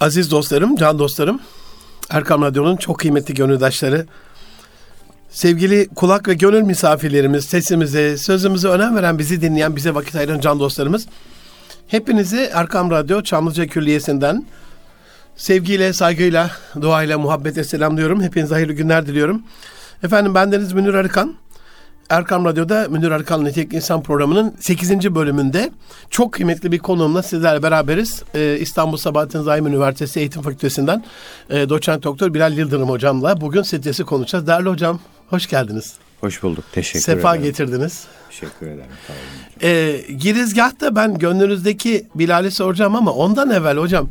Aziz dostlarım, can dostlarım, Erkam Radyo'nun çok kıymetli gönüldaşları, sevgili kulak ve gönül misafirlerimiz, sesimize, sözümüze önem veren, bizi dinleyen, bize vakit ayıran can dostlarımız, hepinizi Erkam Radyo Çamlıca Külliyesi'nden sevgiyle, saygıyla, duayla, muhabbetle selamlıyorum. Hepinize hayırlı günler diliyorum. Efendim, bendeniz Münir Arıkan. Erkam Radyo'da Münir Arıkan'la Nitelikli İnsan programının 8. bölümünde çok kıymetli bir konuğumla sizlerle beraberiz. İstanbul Sabahattin Zaim Üniversitesi Eğitim Fakültesi'nden doçent doktor Bilal Yıldırım hocamla bugün stresi konuşacağız. Değerli hocam, hoş geldiniz. Hoş bulduk, teşekkür ederim. Sefa getirdiniz. Teşekkür ederim. Sağ olun. Girizgahta ben gönlünüzdeki Bilal'i soracağım ama ondan evvel hocam,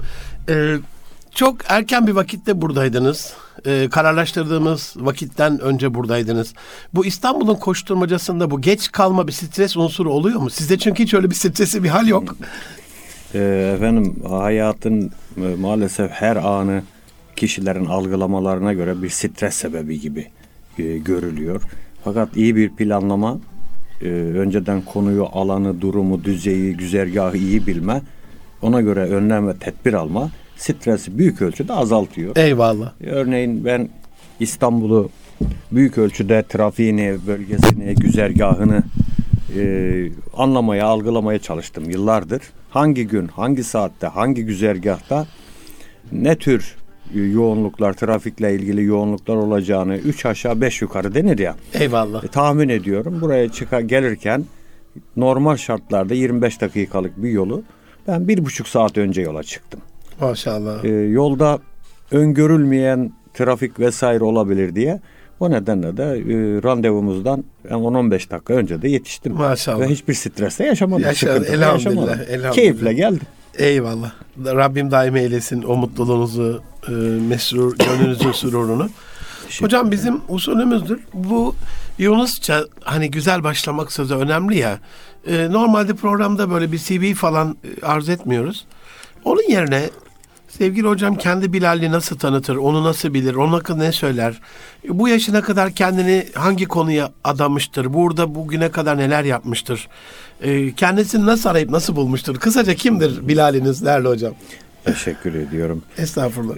çok erken bir vakitte buradaydınız. Kararlaştırdığımız vakitten önce buradaydınız. Bu İstanbul'un koşturmacasında bu geç kalma bir stres unsuru oluyor mu? Sizde çünkü hiç öyle bir stresi bir hal yok. Efendim, hayatın maalesef her anı kişilerin algılamalarına göre bir stres sebebi gibi görülüyor. Fakat iyi bir planlama, önceden konuyu, alanı, durumu, düzeyi, güzergahı iyi bilme, ona göre önlem ve tedbir alma stresi büyük ölçüde azaltıyor. Eyvallah. Örneğin ben İstanbul'u büyük ölçüde trafiğini, bölgesini, güzergahını anlamaya, algılamaya çalıştım yıllardır. Hangi gün, hangi saatte, hangi güzergahta ne tür yoğunluklar, trafikle ilgili yoğunluklar olacağını 3 aşağı 5 yukarı denir ya. Eyvallah. Tahmin ediyorum. Buraya gelirken normal şartlarda 25 dakikalık bir yolu ben 1,5 saat önce yola çıktım. Maşallah. Yolda öngörülmeyen trafik vesaire olabilir diye o nedenle de randevumuzdan 10-15 dakika önce de yetiştim. Maşallah. Ve hiçbir streste yaşamadım. Elhamdülillah. Keyifle geldim. Eyvallah. Rabbim daim eylesin o mutluluğunuzu, mesrur, gönlünüzün sururunu. Hocam, bizim usulümüzdür. Bu Yunusça hani güzel başlamak sözü önemli ya. Normalde programda böyle bir CV falan arz etmiyoruz. Onun yerine sevgili hocam kendi Bilal'i nasıl tanıtır, onu nasıl bilir, onun hakkında ne söyler? Bu yaşına kadar kendini hangi konuya adamıştır? Burada bugüne kadar neler yapmıştır? Kendisini nasıl arayıp nasıl bulmuştur? Kısaca kimdir Bilal'iniz değerli hocam? Teşekkür ediyorum. Estağfurullah.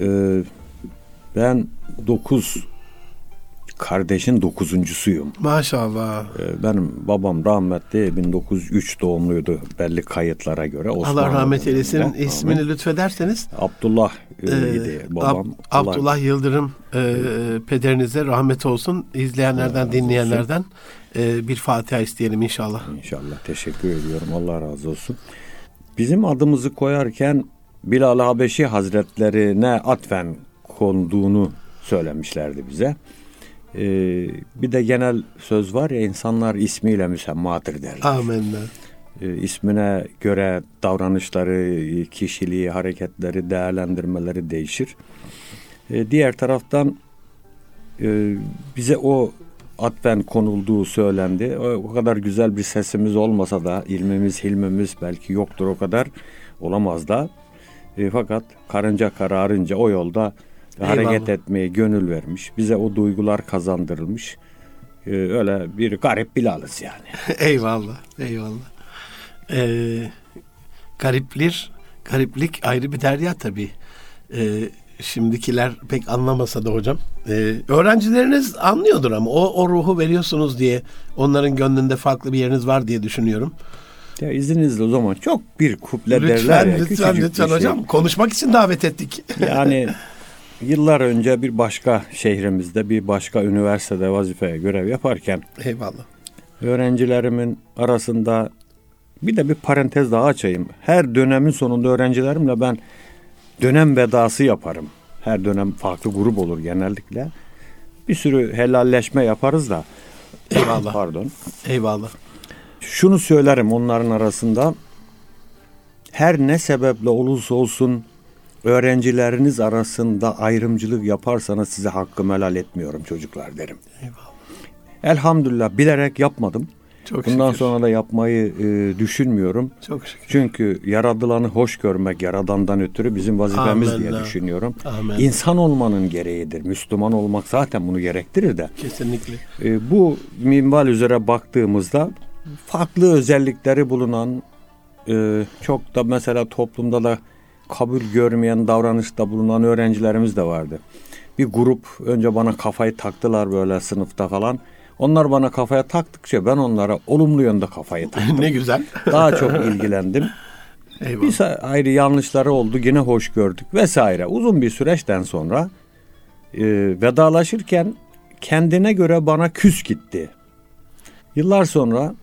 Ben 9 kardeşin 9.'suyum. Maşallah. Benim babam rahmetli 1903 doğumluydu belli kayıtlara göre. Allah rahmet eylesin. İsmini lütfederseniz. Abdullah idi babam. Abdullah Yıldırım pederinize rahmet olsun. İzleyenlerden, dinleyenlerden bir Fatiha isteyelim inşallah. İnşallah. Teşekkür ediyorum. Allah razı olsun. Bizim adımızı koyarken Bilal-i Habeşi Hazretlerine atfen konduğunu söylemişlerdi bize. Bir de genel söz var ya, insanlar ismiyle müsemmadır derler. Amenna. İsmine göre davranışları, kişiliği, hareketleri, değerlendirmeleri değişir. Diğer taraftan bize o atfen konulduğu söylendi. O kadar güzel bir sesimiz olmasa da, ilmimiz, hilmimiz belki yoktur, o kadar olamaz da. Fakat karınca kararınca o yolda hareket etmeye gönül vermiş. Bize o duygular kazandırılmış. Öyle bir garip Bilal'ız yani. Eyvallah. Eyvallah. Gariplik ayrı bir derya tabii. Şimdikiler pek anlamasa da hocam. Öğrencileriniz anlıyordur ama o ruhu veriyorsunuz diye, onların gönlünde farklı bir yeriniz var diye düşünüyorum. Ya izninizle o zaman çok bir kuple derler ya. Lütfen hocam. Konuşmak için davet ettik. Yani yıllar önce bir başka şehrimizde, bir başka üniversitede vazifeye görev yaparken eyvallah, öğrencilerimin arasında bir de bir parantez daha açayım. Her dönemin sonunda öğrencilerimle ben dönem vedası yaparım. Her dönem farklı grup olur genellikle. Bir sürü helalleşme yaparız da. Eyvallah. Pardon. Eyvallah. Şunu söylerim onların arasında. Her ne sebeple olursa olsun öğrencileriniz arasında ayrımcılık yaparsanız size hakkımı helal etmiyorum çocuklar derim. Eyvallah. Elhamdülillah bilerek yapmadım. Çok Bundan şükür. sonra da yapmayı düşünmüyorum. Çok şükür. Çünkü yaradılanı hoş görmek Yaradan'dan ötürü bizim vazifemiz Amenna. diye düşünüyorum. Amenna. İnsan olmanın gereğidir. Müslüman olmak zaten bunu gerektirir de. Kesinlikle. Bu minval üzere baktığımızda farklı özellikleri bulunan, çok da mesela toplumda da kabul görmeyen davranışta bulunan öğrencilerimiz de vardı. Bir grup önce bana kafayı taktılar böyle sınıfta falan. Onlar bana kafaya taktıkça ben onlara olumlu yönde kafayı taktım. Ne güzel. Daha çok ilgilendim. Eyvallah. Bir ayrı yanlışları oldu, yine hoş gördük vesaire. Uzun bir süreçten sonra vedalaşırken kendine göre bana küs gitti. Yıllar sonra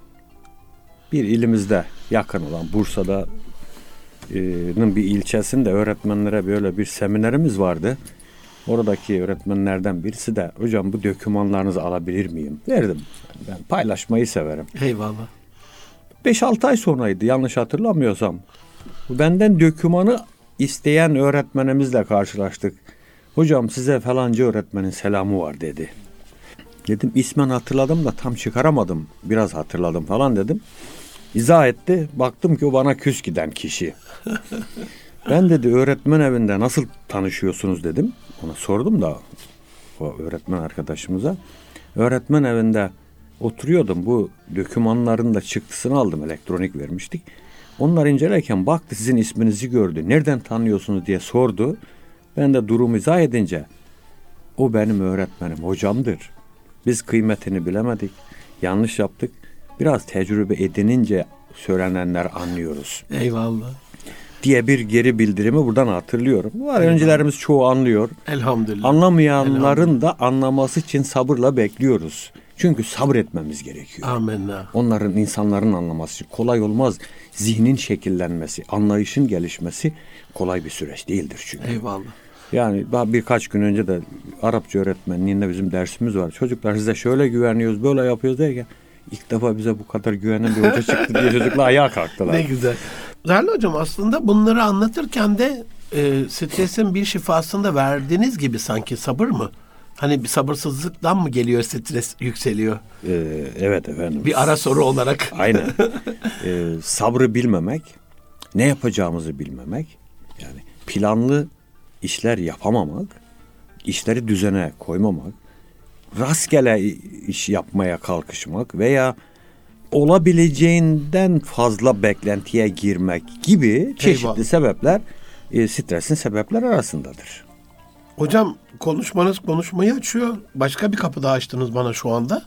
bir ilimizde yakın olan Bursa'nın bir ilçesinde öğretmenlere böyle bir seminerimiz vardı. Oradaki öğretmenlerden birisi de hocam bu dokümanlarınızı alabilir miyim? Verdim. Ben paylaşmayı severim. Eyvallah. 5-6 ay sonraydı yanlış hatırlamıyorsam. Benden dokümanı isteyen öğretmenimizle karşılaştık. Hocam size falanca öğretmenin selamı var dedi. Dedim ismen hatırladım da tam çıkaramadım. Biraz hatırladım falan dedim. İzah etti. Baktım ki o bana küs giden kişi. Ben dedi öğretmen evinde nasıl tanışıyorsunuz dedim. Ona sordum da o öğretmen arkadaşımıza. Öğretmen evinde oturuyordum. Bu dokümanların da çıktısını aldım. Elektronik vermiştik. Onlar incelerken baktı sizin isminizi gördü. Nereden tanıyorsunuz diye sordu. Ben de durumu izah edince o benim öğretmenim, hocamdır. Biz kıymetini bilemedik. Yanlış yaptık. Biraz tecrübe edinince söylenenler anlıyoruz. Eyvallah. Diye bir geri bildirimi buradan hatırlıyorum. Öğrencilerimiz çoğu anlıyor. Elhamdülillah. Anlamayanların da anlaması için sabırla bekliyoruz. Çünkü sabretmemiz gerekiyor. Amenna. Onların, insanların anlaması kolay olmaz. Zihnin şekillenmesi, anlayışın gelişmesi kolay bir süreç değildir çünkü. Eyvallah. Yani birkaç gün önce de Arapça öğretmenliğinde bizim dersimiz var. Çocuklar size şöyle güveniyoruz, böyle yapıyoruz derken ilk defa bize bu kadar güvenen bir hoca çıktı diye çocuklar ayağa kalktılar. Ne güzel. Değerli hocam aslında bunları anlatırken de stresin bir şifasını da verdiğiniz gibi sanki sabır mı? Hani bir sabırsızlıktan mı geliyor stres yükseliyor? Evet efendim. Bir ara soru olarak. Aynen. Sabrı bilmemek, ne yapacağımızı bilmemek, yani planlı işler yapamamak, işleri düzene koymamak, rastgele iş yapmaya kalkışmak veya olabileceğinden fazla beklentiye girmek gibi çeşitli sebepler stresin sebepleri arasındadır. Hocam konuşmanız konuşmayı açıyor. Başka bir kapı daha açtınız bana şu anda.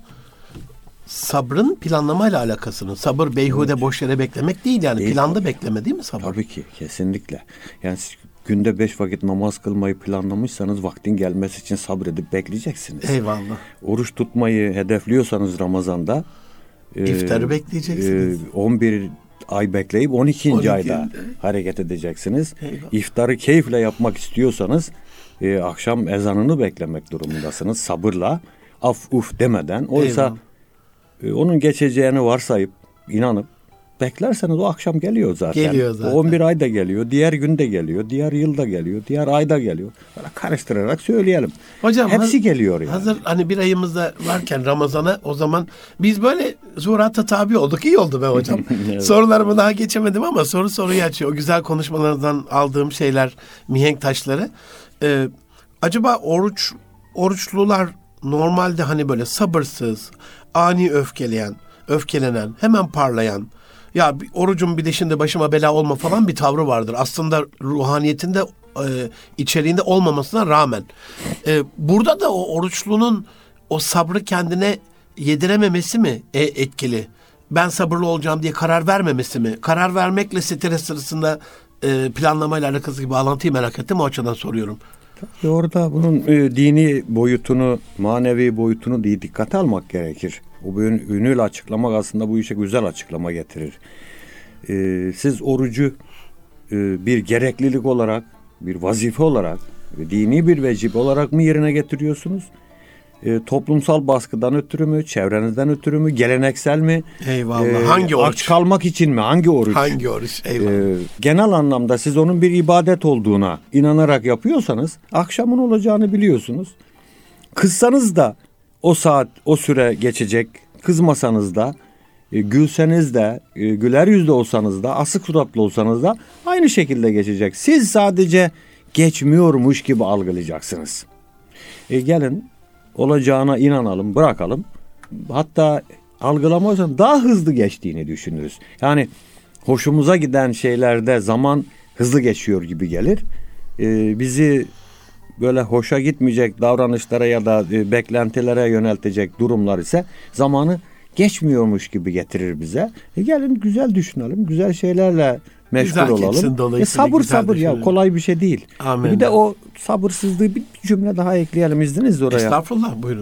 Sabrın planlamayla alakasını. Sabır beyhude boş yere beklemek değil yani. Değil, planda tabii. bekleme değil mi sabır? Tabii ki kesinlikle. Yani günde 5 vakit namaz kılmayı planlamışsanız vaktin gelmesi için sabredip bekleyeceksiniz. Eyvallah. Oruç tutmayı hedefliyorsanız Ramazan'da İftarı bekleyeceksiniz. 11 ay bekleyip 12. ayda hareket edeceksiniz. Eyvallah. İftarı keyifle yapmak istiyorsanız akşam ezanını beklemek durumundasınız sabırla, af uf demeden. Oysa onun geçeceğini varsayıp inanıp beklerseniz o akşam geliyor zaten. Geliyor zaten. O 11 ay da geliyor, diğer gün de geliyor, diğer yıl da geliyor, diğer ay da geliyor. Böyle karıştırarak söyleyelim. Hocam hepsi geliyor yani. Hazır hani bir ayımızda varken Ramazan'a o zaman biz böyle zuhurata tabi olduk. İyi oldu be hocam. Evet. Sorularımı daha geçemedim ama soruyu açıyor. O güzel konuşmalarından aldığım şeyler, mihenk taşları. Acaba oruçlular normalde hani böyle sabırsız, ani öfkelenen, hemen parlayan, ya orucum bir de şimdi başıma bela olma falan bir tavrı vardır. Aslında ruhaniyetinde, içeriğinde olmamasına rağmen. Burada da o oruçlunun o sabrı kendine yedirememesi mi etkili? Ben sabırlı olacağım diye karar vermemesi mi? Karar vermekle stres sırasında planlamayla alakası gibi bağlantıyı merak ettim. O açıdan soruyorum. Tabii orada bunun dini boyutunu, manevi boyutunu dikkate almak gerekir. O yönüyle açıklamak aslında bu işe güzel açıklama getirir. Siz orucu bir gereklilik olarak, bir vazife olarak, dini bir vecib olarak mı yerine getiriyorsunuz? Toplumsal baskıdan ötürü mü, çevrenizden ötürü mü, geleneksel mi? Eyvallah. Hangi oruç? Aç kalmak için mi? Hangi oruç? Hangi oruç? Eyvallah. Genel anlamda siz onun bir ibadet olduğuna inanarak yapıyorsanız akşamın olacağını biliyorsunuz. Kızsanız da o saat, o süre geçecek. Kızmasanız da, gülseniz de, güler yüzlü olsanız da, asık suratlı olsanız da aynı şekilde geçecek. Siz sadece geçmiyormuş gibi algılayacaksınız. Gelin olacağına inanalım, bırakalım. Hatta algılamazsan daha hızlı geçtiğini düşünürüz. Yani hoşumuza giden şeylerde zaman hızlı geçiyor gibi gelir. Bizi böyle hoşa gitmeyecek davranışlara ya da beklentilere yöneltecek durumlar ise zamanı geçmiyormuş gibi getirir bize. Gelin güzel düşünelim, güzel şeylerle meşgul güzel olalım. Sabır ya, kolay bir şey değil. Amin. Bir de o sabırsızlığı bir cümle daha ekleyelim, izniniz oraya. Estağfurullah, buyurun.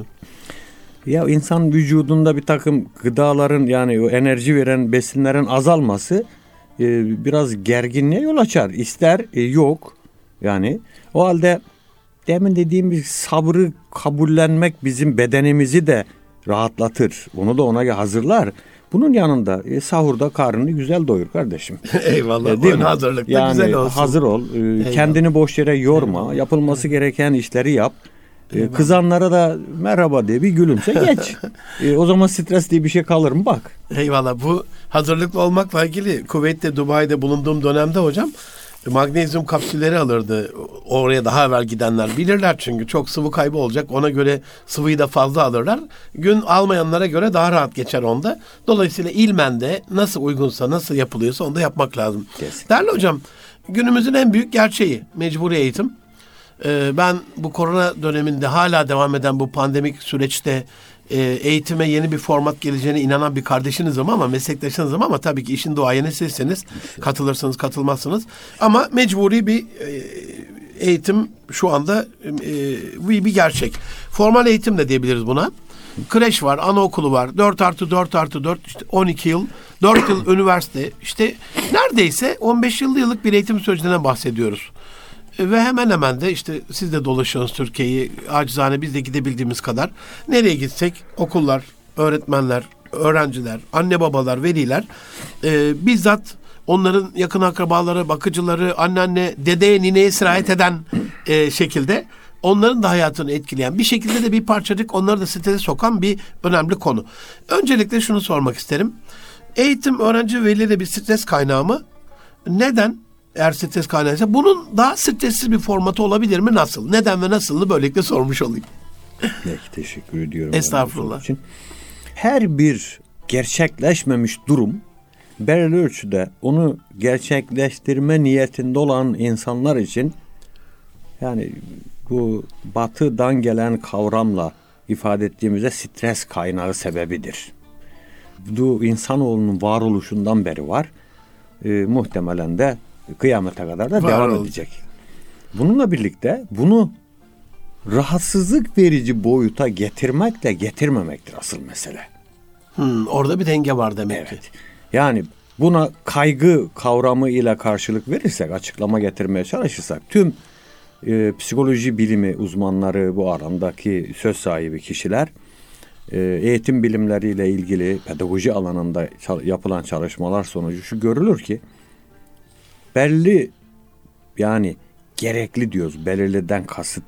Ya insan vücudunda bir takım gıdaların, yani o enerji veren besinlerin azalması biraz gerginliğe yol açar. İster yok. Yani o halde demin dediğim bir sabrı kabullenmek bizim bedenimizi de rahatlatır. Onu da ona hazırlar. Bunun yanında sahurda karnını güzel doyur kardeşim. Eyvallah. Değil mi? Hazırlıkta yani güzel olsun. Hazır ol. Kendini boş yere yorma. Eyvallah. Yapılması gereken işleri yap. Kızanlara da merhaba de, bir gülümse geç. O zaman stres diye bir şey kalır mı bak. Eyvallah. Bu hazırlıklı olmakla ilgili Kuveyt'te, Dubai'de bulunduğum dönemde hocam magnezyum kapsülleri alırdı. Oraya daha evvel gidenler bilirler, çünkü çok sıvı kaybı olacak. Ona göre sıvıyı da fazla alırlar. Gün almayanlara göre daha rahat geçer onda. Dolayısıyla ilmen de nasıl uygunsa, nasıl yapılıyorsa onu da yapmak lazım. Kesinlikle. Değerli hocam, günümüzün en büyük gerçeği mecburi eğitim. Ben bu korona döneminde hala devam eden bu pandemik süreçte eğitime yeni bir format geleceğine inanan bir kardeşinizim ama meslektaşınızım, ama tabii ki işin duayeni sizsiniz. Katılırsınız, katılmazsınız. Ama mecburi bir eğitim şu anda bir gerçek. Formal eğitim de diyebiliriz buna. Kreş var, anaokulu var, 4+4+4, işte 12 yıl, 4 yıl üniversite. İşte neredeyse 15 yıllık bir eğitim sürecinden bahsediyoruz. Ve hemen hemen de işte siz de dolaşıyorsunuz Türkiye'yi, acizane biz de gidebildiğimiz kadar. Nereye gitsek okullar, öğretmenler, öğrenciler, anne babalar, veliler bizzat onların yakın akrabaları, bakıcıları, anneanne, dedeye, nineye sirayet eden şekilde onların da hayatını etkileyen, bir şekilde de bir parçacık onları da strese sokan bir önemli konu. Öncelikle şunu sormak isterim. Eğitim öğrenci velilere bir stres kaynağı mı? Neden? Eğer stres kaynağıysa bunun daha stressiz bir formatı olabilir mi? Nasıl? Neden ve nasılını böylelikle sormuş olayım. Peki, teşekkür ediyorum. Estağfurullah. Için. Her bir gerçekleşmemiş durum belirli ölçüde onu gerçekleştirme niyetinde olan insanlar için, yani bu batıdan gelen kavramla ifade ettiğimizde stres kaynağı sebebidir. Bu insanoğlunun varoluşundan beri var. Muhtemelen de kıyamete kadar da devam edecek. Bununla birlikte bunu rahatsızlık verici boyuta getirmekle getirmemektir asıl mesele. Orada bir denge var demek ki. Yani buna kaygı kavramı ile karşılık verirsek, açıklama getirmeye çalışırsak, tüm psikoloji bilimi uzmanları, bu alandaki söz sahibi kişiler, eğitim bilimleriyle ilgili pedagoji alanında yapılan çalışmalar sonucu şu görülür ki, belli, yani gerekli diyoruz, belirliden kasıt,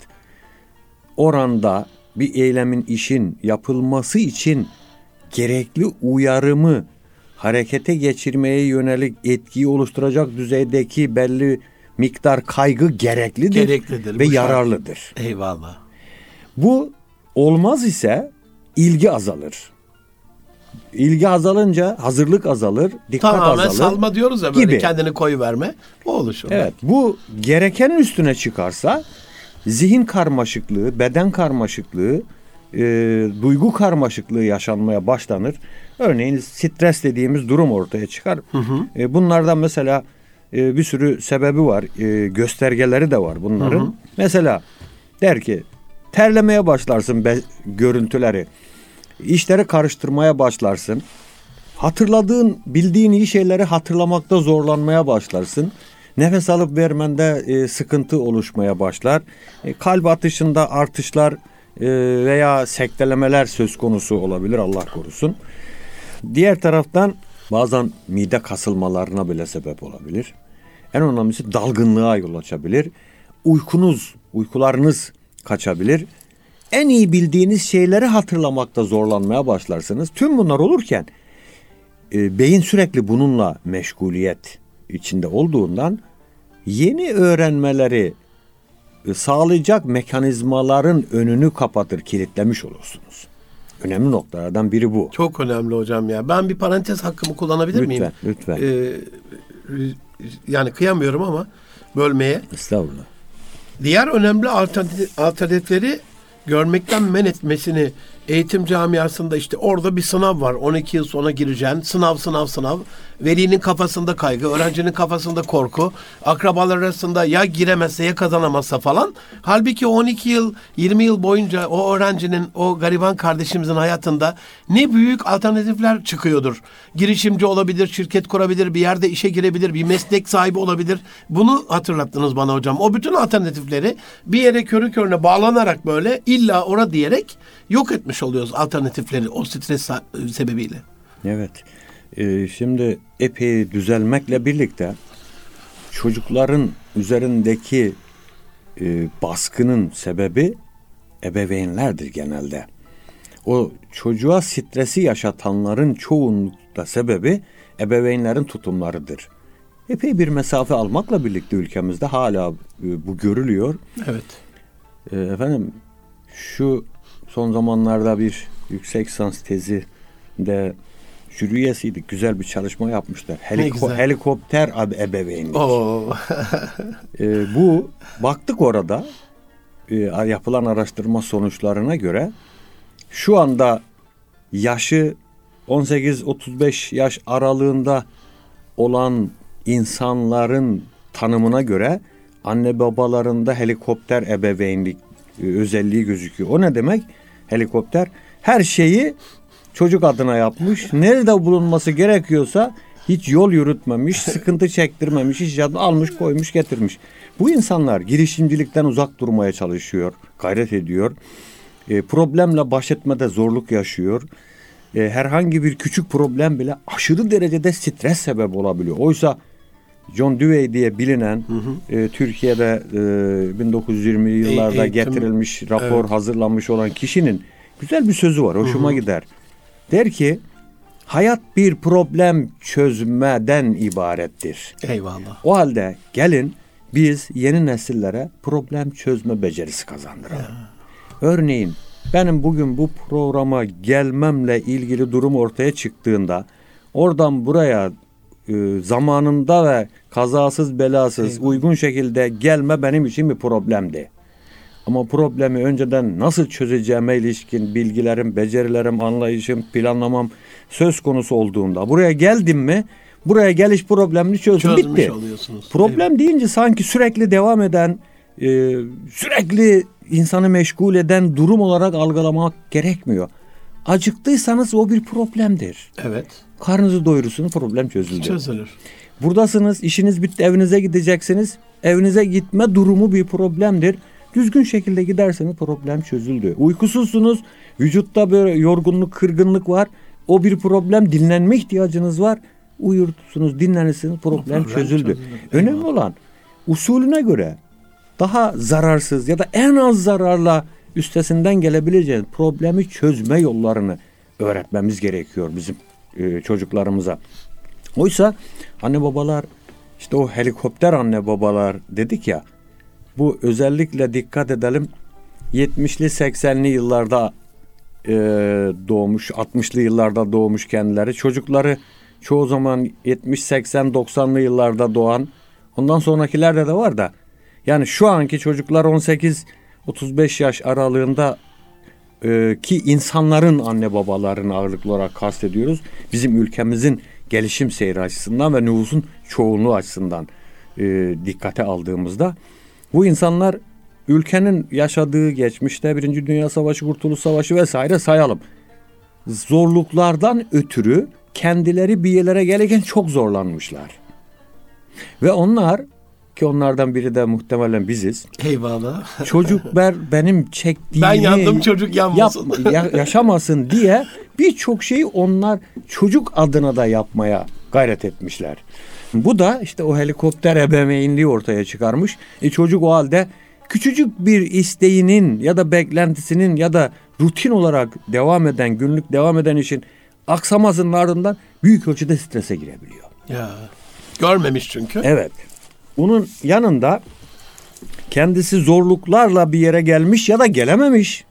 oranda bir eylemin, işin yapılması için gerekli uyarımı harekete geçirmeye yönelik etkiyi oluşturacak düzeydeki belli miktar kaygı gereklidir ve yararlıdır. Eyvallah. Bu olmaz ise ilgi azalır. İlgi azalınca hazırlık azalır, dikkat azalır. Tamamen salma diyoruz ya, böyle gibi. Kendini koyuverme. O oluşur. Evet, bu gerekenin üstüne çıkarsa zihin karmaşıklığı, beden karmaşıklığı, duygu karmaşıklığı yaşanmaya başlanır. Örneğin stres dediğimiz durum ortaya çıkar. Bunlardan mesela bir sürü sebebi var, göstergeleri de var bunların. Mesela der ki, terlemeye başlarsın görüntüleri, işleri karıştırmaya başlarsın. Hatırladığın, bildiğin iyi şeyleri hatırlamakta zorlanmaya başlarsın. Nefes alıp vermende sıkıntı oluşmaya başlar. Kalp atışında artışlar veya sektelemeler söz konusu olabilir, Allah korusun. Diğer taraftan bazen mide kasılmalarına bile sebep olabilir. En önemlisi dalgınlığa yol açabilir. Uykularınız kaçabilir. En iyi bildiğiniz şeyleri hatırlamakta zorlanmaya başlarsınız. Tüm bunlar olurken beyin sürekli bununla meşguliyet içinde olduğundan yeni öğrenmeleri sağlayacak mekanizmaların önünü kapatır, kilitlemiş olursunuz. Önemli noktalardan biri bu. Çok önemli hocam ya. Ben bir parantez hakkımı kullanabilir miyim? Lütfen. yani kıyamıyorum ama bölmeye. Estağfurullah. Diğer önemli alternatifleri görmekten men etmesini, eğitim camiasında işte orada bir sınav var. 12 yıl sonra gireceğin sınav. Velinin kafasında kaygı, öğrencinin kafasında korku, akrabalar arasında ya giremezse ya kazanamazsa falan. Halbuki 12 yıl, 20 yıl boyunca o öğrencinin, o gariban kardeşimizin hayatında ne büyük alternatifler çıkıyordur. Girişimci olabilir, şirket kurabilir, bir yerde işe girebilir, bir meslek sahibi olabilir. Bunu hatırlattınız bana hocam. O bütün alternatifleri bir yere körü körüne bağlanarak böyle illa ora diyerek yok etmiş oluyoruz alternatifleri o stres sebebiyle. Evet. Şimdi epey düzelmekle birlikte çocukların üzerindeki baskının sebebi ebeveynlerdir genelde. O çocuğa stresi yaşatanların çoğunlukla sebebi ebeveynlerin tutumlarıdır. Epey bir mesafe almakla birlikte ülkemizde hala bu görülüyor. Evet. Efendim şu son zamanlarda bir yüksek lisans tezi de jüri üyesiydik. Güzel bir çalışma yapmışlar. Helikopter ebeveynlik. Bu baktık orada yapılan araştırma sonuçlarına göre şu anda yaşı 18-35 yaş aralığında olan insanların tanımına göre anne babalarında helikopter ebeveynlik özelliği gözüküyor. O ne demek? Helikopter her şeyi çocuk adına yapmış. Nerede bulunması gerekiyorsa hiç yol yürütmemiş, sıkıntı çektirmemiş, hiç almış, koymuş, getirmiş. Bu insanlar girişimcilikten uzak durmaya çalışıyor, gayret ediyor. Problemle baş etmede zorluk yaşıyor. Herhangi bir küçük problem bile aşırı derecede stres sebep olabiliyor. Oysa John Dewey diye bilinen Türkiye'de 1920'li yıllarda getirilmiş rapor hazırlanmış olan kişinin güzel bir sözü var. Hoşuma gider. Der ki hayat bir problem çözmeden ibarettir. Eyvallah. O halde gelin biz yeni nesillere problem çözme becerisi kazandıralım. Örneğin benim bugün bu programa gelmemle ilgili durum ortaya çıktığında oradan buraya zamanında ve kazasız belasız uygun şekilde gelme benim için bir problemdi. Ama problemi önceden nasıl çözeceğime ilişkin bilgilerim, becerilerim, anlayışım, planlamam söz konusu olduğunda buraya geldim mi buraya geliş problemini çözdüm, bitti. Problem deyince sanki sürekli devam eden, sürekli insanı meşgul eden durum olarak algılamak gerekmiyor. Acıktıysanız o bir problemdir. Evet. Karnınızı doyurursunuz, problem çözülür. Çözülür. Buradasınız, işiniz bitti, evinize gideceksiniz. Evinize gitme durumu bir problemdir. Düzgün şekilde giderseniz problem çözüldü. Uykusuzsunuz, vücutta böyle yorgunluk, kırgınlık var. O bir problem, dinlenme ihtiyacınız var. Uyursunuz, dinlenirsiniz, problem çözüldü. Önemli olan usulüne göre daha zararsız ya da en az zararla üstesinden gelebileceğiniz problemi çözme yollarını öğretmemiz gerekiyor bizim çocuklarımıza. Oysa anne babalar, işte o helikopter anne babalar dedik ya, bu özellikle dikkat edelim 70'li 80'li yıllarda doğmuş, 60'lı yıllarda doğmuş kendileri. Çocukları çoğu zaman 70, 80, 90'lı yıllarda doğan, ondan sonrakilerde de var da, yani şu anki çocuklar 18-35 yaş aralığında ki insanların anne babalarını ağırlıklı olarak kastediyoruz. Bizim ülkemizin gelişim seyri açısından ve nüfusun çoğunluğu açısından dikkate aldığımızda bu insanlar ülkenin yaşadığı geçmişte Birinci Dünya Savaşı, Kurtuluş Savaşı vesaire sayalım. Zorluklardan ötürü kendileri bir yerlere gelirken çok zorlanmışlar. Ve onlar, ki onlardan biri de muhtemelen biziz. Eyvallah. Çocuklar benim çektiğimi ben yandım, çocuk yanmasın. Yaşamasın diye birçok şeyi onlar çocuk adına da yapmaya gayret etmişler. Bu da işte o helikopter ebeveynliği ortaya çıkarmış. Çocuk o halde küçücük bir isteğinin ya da beklentisinin ya da rutin olarak devam eden, günlük devam eden işin aksamasının ardından büyük ölçüde strese girebiliyor. Ya, görmemiş çünkü. Evet. Bunun yanında kendisi zorluklarla bir yere gelmiş ya da gelememiş.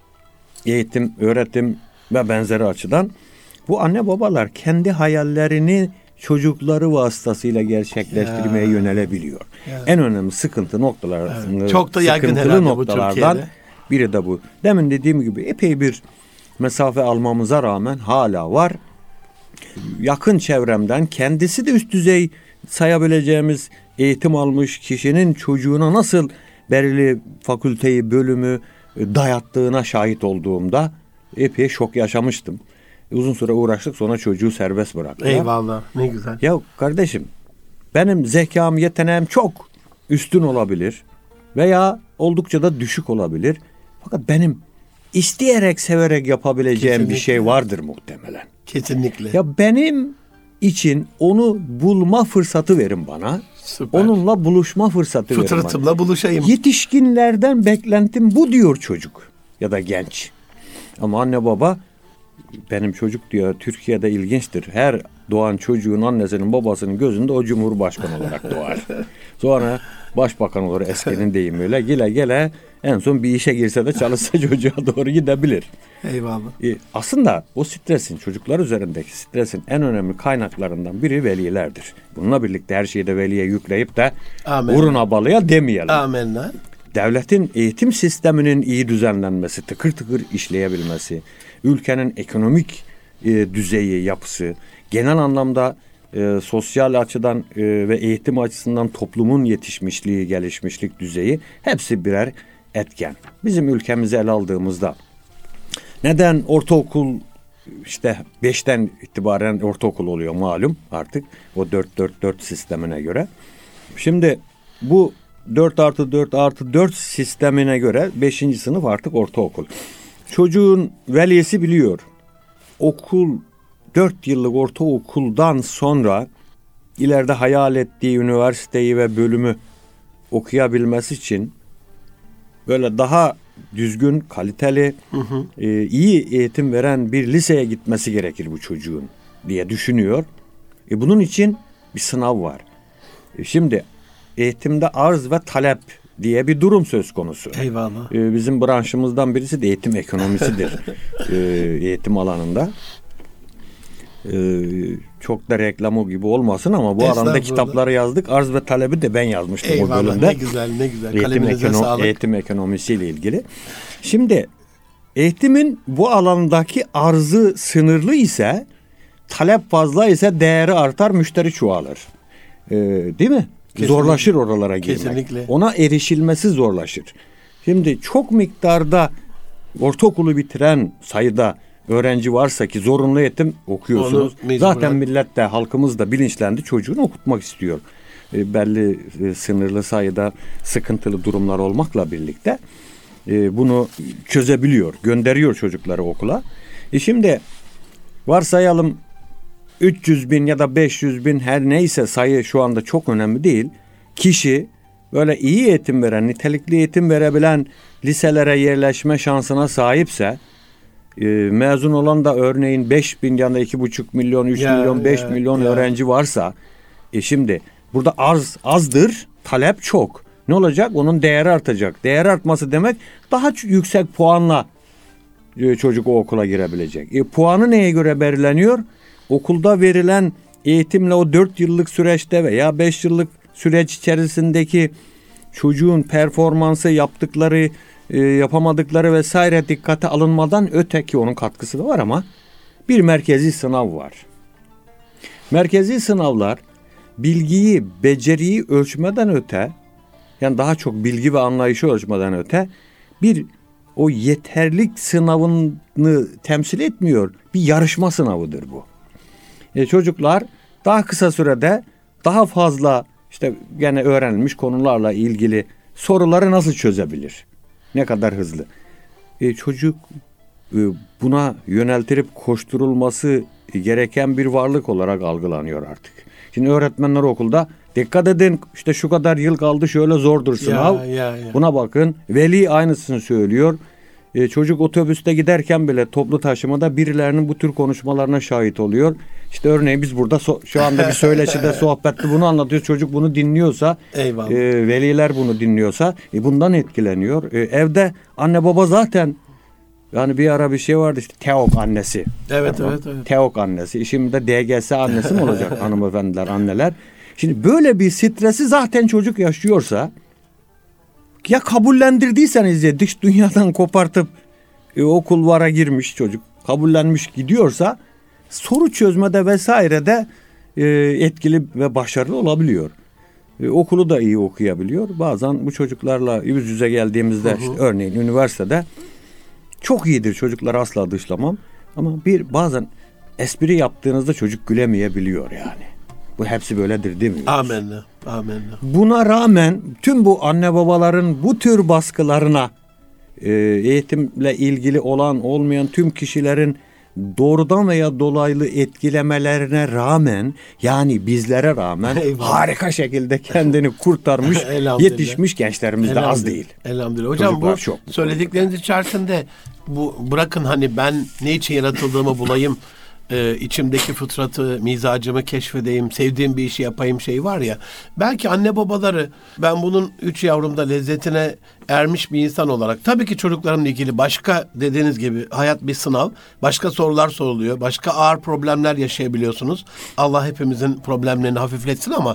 Eğitim, öğretim ve benzeri açıdan bu anne babalar kendi hayallerini çocukları vasıtasıyla gerçekleştirmeye yönelebiliyor. Ya. En önemli sıkıntı noktalarından, evet. Çok da yaygın herhalde bu Türkiye'de. Biri de bu. Demin dediğim gibi epey bir mesafe almamıza rağmen hala var. Yakın çevremden kendisi de üst düzey sayabileceğimiz eğitim almış kişinin çocuğuna nasıl belirli fakülteyi, bölümü dayattığına şahit olduğumda epey şok yaşamıştım. Uzun süre uğraştık, sonra çocuğu serbest bıraktılar. Eyvallah, ne güzel. Ya kardeşim, benim zekam, yeteneğim çok üstün olabilir veya oldukça da düşük olabilir. Fakat benim isteyerek, severek yapabileceğim kesinlikle bir şey vardır muhtemelen. Kesinlikle. Ya benim için onu bulma fırsatı verin bana. Süper. Onunla buluşma fırsatı verin bana. Fıtratımla buluşayım. Yetişkinlerden beklentim bu diyor çocuk ya da genç. Ama anne baba, benim çocuk diyor, Türkiye'de ilginçtir. Her doğan çocuğun annesinin babasının gözünde o cumhurbaşkanı olarak doğar. Sonra başbakan olur eskinin deyimiyle. Gele gele en son bir işe girse de çalışsa çocuğa doğru gidebilir. Eyvallah. Aslında o stresin, çocuklar üzerindeki stresin en önemli kaynaklarından biri velilerdir. Bununla birlikte her şeyi de veliye yükleyip de vurun abalıya demeyelim. Amenna. Devletin eğitim sisteminin iyi düzenlenmesi, tıkır tıkır işleyebilmesi, ülkenin ekonomik düzeyi, yapısı, genel anlamda sosyal açıdan ve eğitim açısından toplumun yetişmişliği, gelişmişlik düzeyi hepsi birer etken. Bizim ülkemizi ele aldığımızda neden ortaokul işte 5'ten itibaren ortaokul oluyor malum artık o 4-4-4 sistemine göre. Şimdi bu 4+4+4 sistemine göre 5. sınıf artık ortaokul. Çocuğun velisi biliyor. Okul 4 yıllık ortaokuldan sonra ileride hayal ettiği üniversiteyi ve bölümü okuyabilmesi için böyle daha düzgün, kaliteli, iyi eğitim veren bir liseye gitmesi gerekir bu çocuğun diye düşünüyor. Bunun için bir sınav var. Şimdi eğitimde arz ve talep diye bir durum söz konusu. Eyvallah. Bizim branşımızdan birisi de eğitim ekonomisidir. Eğitim alanında. Çok da reklamı gibi olmasın ama bu alanda kitapları yazdık. Arz ve talebi de ben yazmıştım. Eyvallah, o bölümde. Ne güzel, ne güzel. Kaleminize sağlık. Eğitim ekonomisiyle ilgili. Şimdi eğitimin bu alandaki arzı sınırlı ise, talep fazla ise değeri artar, müşteri çoğalır. Değil mi? Kesinlikle. Zorlaşır oralara girmek. Kesinlikle. Ona erişilmesi zorlaşır. Şimdi çok miktarda ortaokulu bitiren sayıda öğrenci varsa ki zorunlu eğitim okuyorsunuz. Zaten millet de, halkımız da bilinçlendi, çocuğunu okutmak istiyor. Belli sınırlı sayıda sıkıntılı durumlar olmakla birlikte bunu çözebiliyor. Gönderiyor çocukları okula. Şimdi varsayalım 300 bin ya da 500 bin, her neyse sayı şu anda çok önemli değil. Kişi böyle iyi eğitim veren, nitelikli eğitim verebilen liselere yerleşme şansına sahipse, mezun olan da örneğin 5 bin ya da 2,5 milyon, 3 milyon, 5 milyon öğrenci varsa, şimdi burada arz azdır, talep çok. Ne olacak? Onun değeri artacak. Değer artması demek daha yüksek puanla çocuk o okula girebilecek. Puanı neye göre belirleniyor? Okulda verilen eğitimle o 4 yıllık süreçte veya 5 yıllık süreç içerisindeki çocuğun performansı, yaptıkları, yapamadıkları vesaire dikkate alınmadan öteki onun katkısı da var ama bir merkezi sınav var. Merkezi sınavlar bilgiyi, beceriyi ölçmeden öte, yani daha çok bilgi ve anlayışı ölçmeden öte bir o yeterlik sınavını temsil etmiyor. Bir yarışma sınavıdır bu. Çocuklar daha kısa sürede daha fazla işte gene öğrenilmiş konularla ilgili soruları nasıl çözebilir? Ne kadar hızlı? Çocuk buna yöneltirip koşturulması gereken bir varlık olarak algılanıyor artık. Şimdi öğretmenler okulda dikkat edin, işte şu kadar yıl kaldı, şöyle zordur sınav. Buna bakın. Veli aynısını söylüyor. Çocuk otobüste giderken bile toplu taşımada birilerinin bu tür konuşmalarına şahit oluyor. İşte örneğin biz burada şu anda bir söyleşide sohbette bunu anlatıyoruz. Çocuk bunu dinliyorsa, veliler bunu dinliyorsa bundan etkileniyor. Evde anne baba zaten Yani bir ara bir şey vardı işte Teok annesi. Evet. Teok annesi. Şimdi de DGS annesi mi olacak hanımefendiler, anneler? Şimdi böyle bir stresi zaten çocuk yaşıyorsa, ya kabullendirdiyseniz ya dış dünyadan kopartıp o kulvara girmiş çocuk, kabullenmiş gidiyorsa soru çözmede vesairede etkili ve başarılı olabiliyor. Okulu da iyi okuyabiliyor. Bazen bu çocuklarla yüz yüze geldiğimizde işte örneğin üniversitede çok iyidir, çocukları asla dışlamam. Ama bazen espri yaptığınızda çocuk gülemeyebiliyor yani. Bu hepsi böyledir değil mi? Amenna. Buna rağmen tüm bu anne babaların bu tür baskılarına, eğitimle ilgili olan olmayan tüm kişilerin doğrudan veya dolaylı etkilemelerine rağmen, yani bizlere rağmen harika şekilde kendini kurtarmış, yetişmiş gençlerimiz de az değil. Elhamdülillah. Hocam çocuklar bu çok söyledikleriniz içerisinde bu bırakın hani ben ne için yaratıldığımı bulayım, içimdeki fıtratı, mizacımı keşfedeyim, sevdiğim bir işi yapayım şey var ya. Belki anne babaları, ben bunun 3 yavrumda lezzetine ermiş bir insan olarak, tabii ki çocuklarımla ilgili başka dediğiniz gibi hayat bir sınav, başka sorular soruluyor, başka ağır problemler yaşayabiliyorsunuz. Allah hepimizin problemlerini hafifletsin ama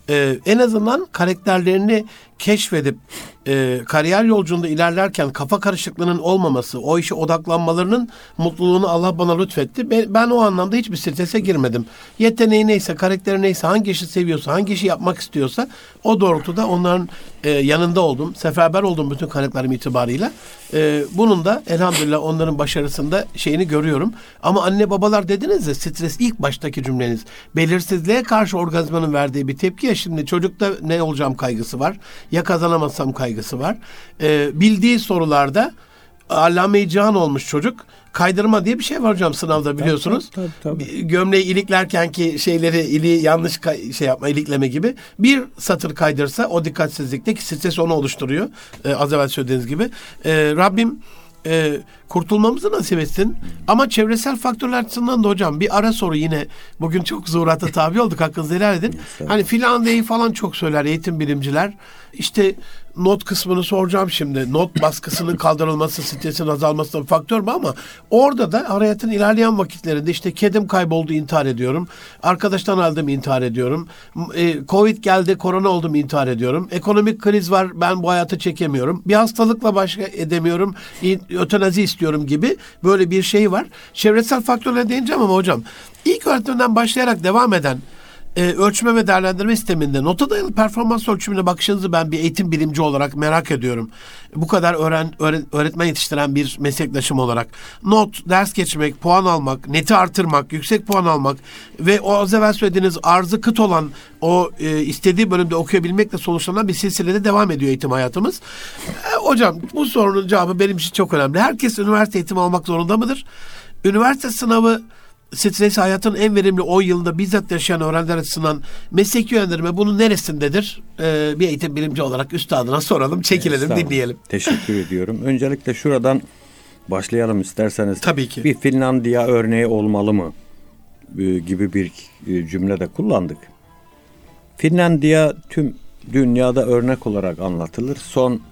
en azından karakterlerini keşfedip kariyer yolculuğunda ilerlerken kafa karışıklığının olmaması, o işe odaklanmalarının mutluluğunu Allah bana lütfetti. Ben o anlamda hiçbir strese girmedim. Yeteneği neyse, karakteri neyse, hangi işi seviyorsa, hangi işi yapmak istiyorsa o doğrultuda onların yanında oldum. Seferber oldum bütün kaynaklarım itibarıyla. Bunun da elhamdülillah onların başarısında şeyini görüyorum. Ama anne babalar dediniz ya, stres ilk baştaki cümleniz. Belirsizliğe karşı organizmanın verdiği bir tepki ya, şimdi çocukta ne olacağım kaygısı var. Ya kazanamazsam kaygısı var. Bildiği sorularda Allame-i Cihan olmuş çocuk. Kaydırma diye bir şey var hocam sınavda, biliyorsunuz. Tabii. Gömleği iliklerken ki şeyleri iliği yanlış şey yapma, ilikleme gibi. Bir satır kaydırsa o dikkatsizlikteki stres onu oluşturuyor. Az evvel söylediğiniz gibi. Rabbim kurtulmamızı nasip etsin. Ama çevresel faktörler açısından da hocam bir ara soru, yine bugün çok zuhurata tabi olduk, hakkınızı helal edin. Hani filan değil falan çok söyler eğitim bilimciler. İşte not kısmını soracağım şimdi. Not baskısının kaldırılması, stresin azalması da bir faktör mü, ama orada da hayatın ilerleyen vakitlerinde işte kedim kayboldu, intihar ediyorum. Arkadaştan aldım, intihar ediyorum. Covid geldi, korona oldum, intihar ediyorum. Ekonomik kriz var, ben bu hayatı çekemiyorum. Bir hastalıkla baş edemiyorum, ötenazi istiyorum gibi böyle bir şey var. Çevresel faktörler deyineceğim ama hocam ilk öğretimden başlayarak devam eden ölçme ve değerlendirme sisteminde nota dayalı performans ölçümüne bakışınızı ben bir eğitim bilimci olarak merak ediyorum. Bu kadar öğretmen yetiştiren bir meslektaşım olarak. Not, ders geçmek, puan almak, neti artırmak, yüksek puan almak ve o az evvel söylediğiniz arzı kıt olan o istediği bölümde okuyabilmekle sonuçlanan bir silsilede devam ediyor eğitim hayatımız. Hocam bu sorunun cevabı benim için çok önemli. Herkes üniversite eğitimi almak zorunda mıdır? Üniversite sınavı stres hayatın en verimli 10 yılında bizzat yaşayan öğrenciler açısından mesleki yönlendirme bunun neresindedir? Bir eğitim bilimci olarak üstadına soralım, çekilelim, dinleyelim. Teşekkür ediyorum. Öncelikle şuradan başlayalım isterseniz. Tabii ki. Bir Finlandiya örneği olmalı mı gibi bir cümle de kullandık. Finlandiya tüm dünyada örnek olarak anlatılır. Son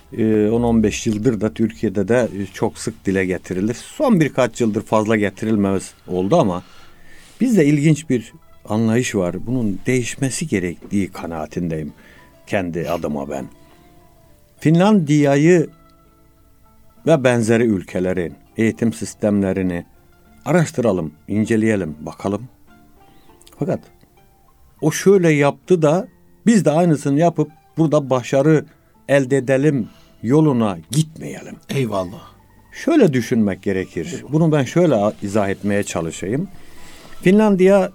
10-15 yıldır da Türkiye'de de çok sık dile getirilir. Son birkaç yıldır fazla getirilmez oldu ama bizde ilginç bir anlayış var. Bunun değişmesi gerektiği kanaatindeyim kendi adıma ben. Finlandiya'yı ve benzeri ülkelerin eğitim sistemlerini araştıralım, inceleyelim, bakalım. Fakat o şöyle yaptı da biz de aynısını yapıp burada başarı elde edelim yoluna gitmeyelim. Eyvallah. Şöyle düşünmek gerekir. Bunu ben şöyle izah etmeye çalışayım. Finlandiya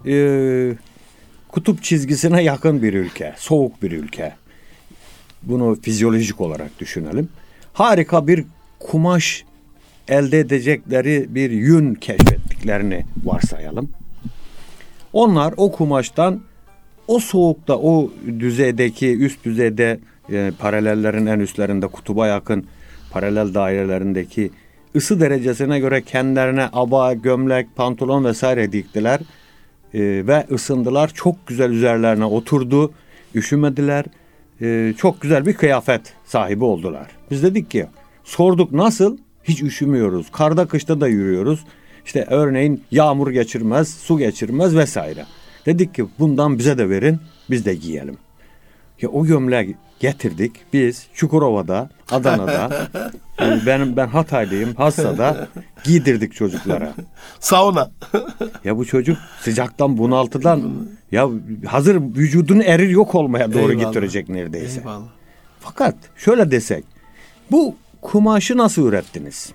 kutup çizgisine yakın bir ülke, soğuk bir ülke. Bunu fizyolojik olarak düşünelim. Harika bir kumaş elde edecekleri bir yün keşfettiklerini varsayalım. Onlar o kumaştan o soğukta, o düzeydeki, üst düzeyde paralellerin en üstlerinde kutuba yakın paralel dairelerindeki ısı derecesine göre kendilerine aba, gömlek, pantolon vesaire diktiler ve ısındılar. Çok güzel üzerlerine oturdu, üşümediler. Çok güzel bir kıyafet sahibi oldular. Biz dedik ki, sorduk nasıl? Hiç üşümüyoruz. Karda kışta da yürüyoruz. İşte örneğin yağmur geçirmez, su geçirmez vesaire. Dedik ki bundan bize de verin, biz de giyelim. Ya o gömleği getirdik biz Çukurova'da, Adana'da, ben Hataylıyım, Hassa'da giydirdik çocuklara. Sauna. Ya bu çocuk sıcaktan, bunaltıdan ya hazır vücudunu erir yok olmaya doğru Eyvallah. getirecek neredeyse. Eyvallah. Fakat şöyle desek, bu kumaşı nasıl ürettiniz?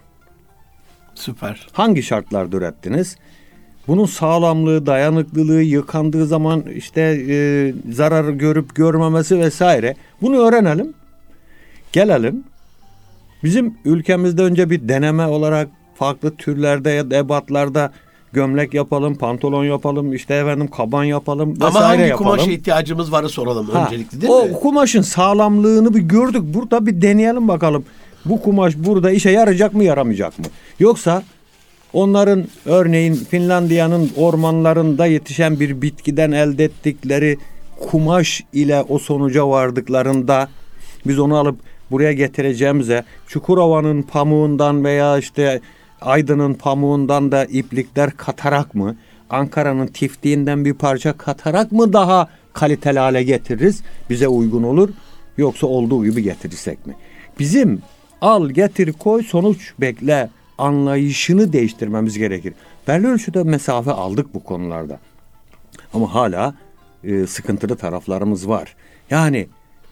Süper. Hangi şartlarda ürettiniz? Bunun sağlamlığı, dayanıklılığı, yıkandığı zaman işte zarar görüp görmemesi vesaire. Bunu öğrenelim. Gelelim. Bizim ülkemizde önce bir deneme olarak farklı türlerde ya da ebatlarda gömlek yapalım, pantolon yapalım, işte efendim kaban yapalım vesaire Ama hangi yapalım. kumaşa ihtiyacımız varı soralım öncelikle değil o mi? kumaşın sağlamlığını bir gördük. Burada bir deneyelim bakalım. Bu kumaş burada işe yarayacak mı, yaramayacak mı? Yoksa onların örneğin Finlandiya'nın ormanlarında yetişen bir bitkiden elde ettikleri kumaş ile o sonuca vardıklarında biz onu alıp buraya getireceğimize Çukurova'nın pamuğundan veya işte Aydın'ın pamuğundan da iplikler katarak mı, Ankara'nın tiftiğinden bir parça katarak mı daha kaliteli hale getiririz? Bize uygun olur. Yoksa olduğu gibi getirirsek mi? Bizim al getir koy sonuç bekle anlayışını değiştirmemiz gerekir. Belli ölçüde mesafe aldık bu konularda. Ama hala sıkıntılı taraflarımız var. Yani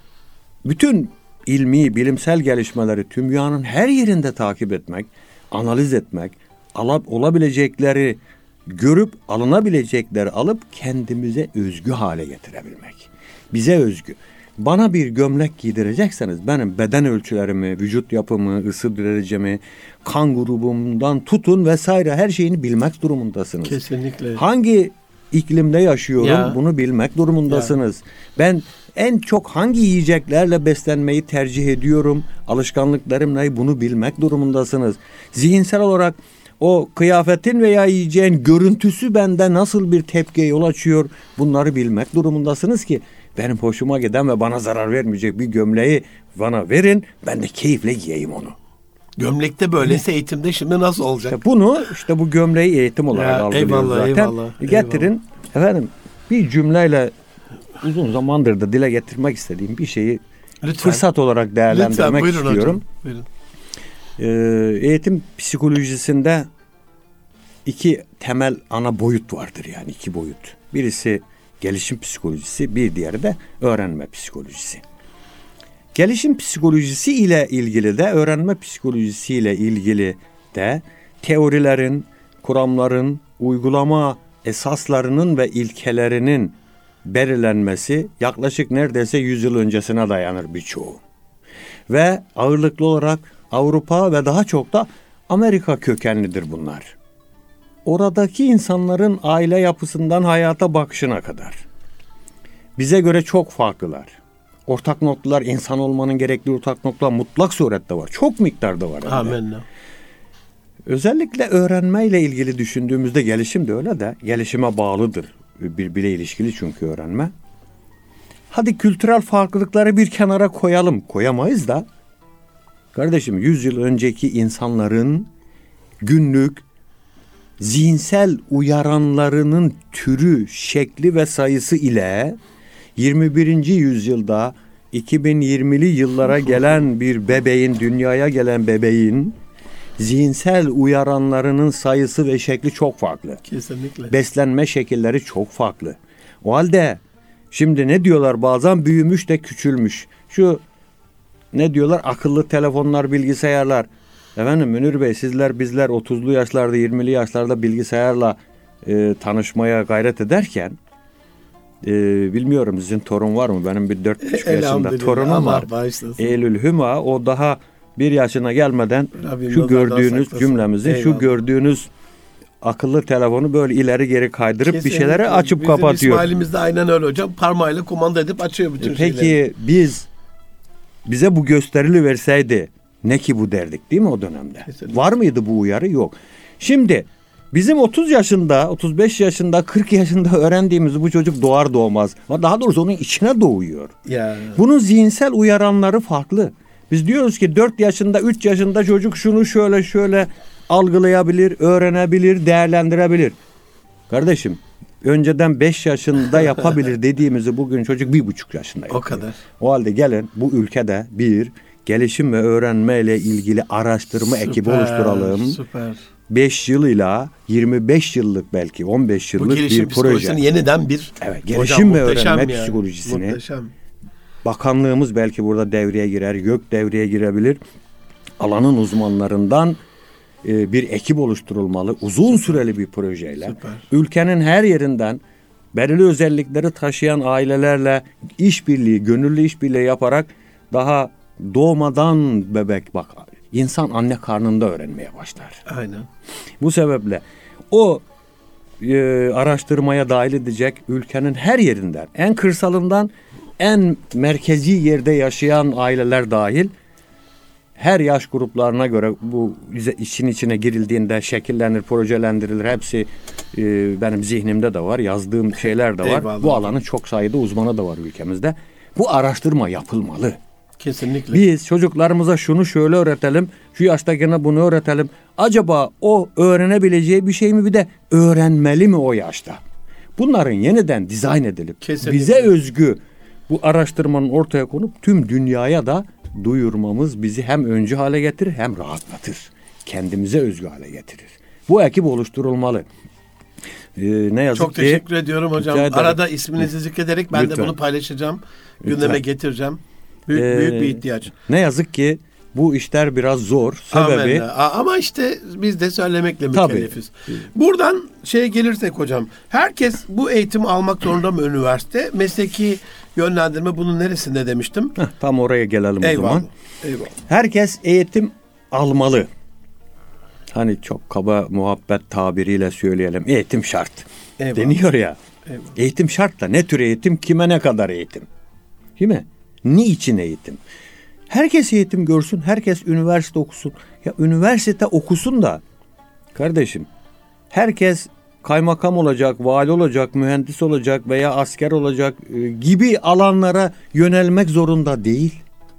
bütün ilmi, bilimsel gelişmeleri tüm dünyanın her yerinde takip etmek, analiz etmek, olabilecekleri görüp alınabilecekleri alıp kendimize özgü hale getirebilmek. Bize özgü. Bana bir gömlek giydirecekseniz benim beden ölçülerimi, vücut yapımı, ısı derecemi, kan grubumdan tutun vesaire her şeyini bilmek durumundasınız. Kesinlikle. Hangi iklimde yaşıyorum Ya. bunu bilmek durumundasınız. Ben en çok hangi yiyeceklerle beslenmeyi tercih ediyorum, alışkanlıklarım ne bunu bilmek durumundasınız. Zihinsel olarak o kıyafetin veya yiyeceğin görüntüsü bende nasıl bir tepkiye yol açıyor bunları bilmek durumundasınız ki benim hoşuma giden ve bana zarar vermeyecek bir gömleği bana verin ben de keyifle giyeyim onu. Gömlekte böyleyse eğitimde şimdi nasıl olacak? İşte bunu işte bu gömleği eğitim olarak Ya, algılıyoruz eyvallah, zaten. eyvallah, Getirin efendim bir cümleyle uzun zamandır da dile getirmek istediğim bir şeyi Lütfen. fırsat olarak Lütfen değerlendirmek buyurun istiyorum. hocam. Buyurun. Eğitim psikolojisinde iki temel ana boyut vardır yani iki boyut. Birisi gelişim psikolojisi, bir diğeri de öğrenme psikolojisi. Gelişim psikolojisi ile ilgili de öğrenme psikolojisi ile ilgili de teorilerin, kuramların, uygulama esaslarının ve ilkelerinin belirlenmesi yaklaşık neredeyse 100 yıl öncesine dayanır birçoğu. Ve ağırlıklı olarak Avrupa ve daha çok da Amerika kökenlidir bunlar. Oradaki insanların aile yapısından hayata bakışına kadar. Bize göre çok farklılar. Ortak noktalar, insan olmanın gerekli ortak noktalar mutlak surette var. Çok miktarda var. Amenna. Özellikle öğrenmeyle ilgili düşündüğümüzde gelişim de öyle de gelişime bağlıdır. Birbirine ilişkili çünkü öğrenme. Hadi kültürel farklılıkları bir kenara koyalım. Koyamayız da. Kardeşim 100 yıl önceki insanların günlük zihinsel uyaranlarının türü, şekli ve sayısı ile 21. yüzyılda 2020'li yıllara gelen bir bebeğin, dünyaya gelen bebeğin zihinsel uyaranlarının sayısı ve şekli çok farklı. Kesinlikle. Beslenme şekilleri çok farklı. O halde şimdi ne diyorlar bazen büyümüş de küçülmüş. Şu ne diyorlar akıllı telefonlar, bilgisayarlar. Efendim Münir Bey bizler 30'lu yaşlarda 20'li yaşlarda bilgisayarla tanışmaya gayret ederken bilmiyorum sizin torun var mı? Benim bir 4,5 yaşında torunum var. Eylül Hüma o daha 1 yaşına gelmeden Rabbim şu gördüğünüz cümlemizi eyvallah. şu gördüğünüz akıllı telefonu böyle ileri geri kaydırıp Kesinlikle. bir şeyleri açıp Bizim kapatıyor. İsmail'imiz de aynen öyle hocam. Parmağıyla kumanda edip açıyor bütün şeyleri. Peki bize bu gösterili verseydi ne ki bu derdik değil mi o dönemde? Kesinlikle. Var mıydı bu uyarı? Yok. Şimdi bizim 30 yaşında, 35 yaşında, 40 yaşında öğrendiğimiz bu çocuk doğar doğmaz. Daha doğrusu onun içine doğuyor. Ya. Bunun zihinsel uyaranları farklı. Biz diyoruz ki 4 yaşında 3 yaşında çocuk şunu şöyle şöyle algılayabilir, öğrenebilir, değerlendirebilir. Kardeşim önceden 5 yaşında yapabilir dediğimizi bugün çocuk 1,5 yaşında yapıyor. O kadar. O halde gelin bu ülkede bir gelişim ve öğrenme ile ilgili araştırma ekibi oluşturalım. Süper. 5 yılıyla 25 yıllık belki 15 yıllık bir proje. Yeniden bir gelişim ve öğrenme psikolojisini. Muhteşem. Bakanlığımız belki burada devreye girer, YÖK devreye girebilir. Alanın uzmanlarından bir ekip oluşturulmalı. Uzun süreli bir projeyle. Süper. Ülkenin her yerinden belirli özellikleri taşıyan ailelerle işbirliği, gönüllü işbirliği yaparak daha doğmadan bebek bak. İnsan anne karnında öğrenmeye başlar. Aynen. Bu sebeple o araştırmaya dahil edecek ülkenin her yerinden, en kırsalından en merkezi yerde yaşayan aileler dahil her yaş gruplarına göre bu işin içine girildiğinde şekillenir, projelendirilir. Hepsi benim zihnimde de var, yazdığım şeyler de var. Eyvallah. Bu alanın çok sayıda uzmanı da var ülkemizde. Bu araştırma yapılmalı. Kesinlikle. Biz çocuklarımıza şunu şöyle öğretelim, şu yaştakine bunu öğretelim. Acaba o öğrenebileceği bir şey mi, bir de öğrenmeli mi o yaşta? Bunların yeniden dizayn edilip Kesinlikle. bize özgü bu araştırmanın ortaya konup tüm dünyaya da duyurmamız bizi hem öncü hale getirir hem rahatlatır. Kendimize özgü hale getirir. Bu ekip oluşturulmalı. Ne yazık çok ki. teşekkür ediyorum hocam. Arada isminizi zikrederek ben Lütfen. de bunu paylaşacağım. Lütfen. Gündeme getireceğim. Büyük bir ihtiyaç. Ne yazık ki bu işler biraz zor. Sebebi. Amenna. Ama işte biz de söylemekle mükellefiz. Buradan şeye gelirsek hocam. Herkes bu eğitimi almak zorunda mı üniversite? Mesleki yönlendirme bunun neresinde demiştim? Tam oraya gelelim o zaman. Eyvallah. Herkes eğitim almalı. Hani çok kaba muhabbet tabiriyle söyleyelim. Eğitim şart. Eyvallah. Deniyor ya. Eyvallah. Eğitim şart da ne tür eğitim, kime ne kadar eğitim? Değil mi? Niçin eğitim? Herkes eğitim görsün, herkes üniversite okusun. Ya üniversite okusun da kardeşim herkes kaymakam olacak, vali olacak, mühendis olacak veya asker olacak gibi alanlara yönelmek zorunda değil.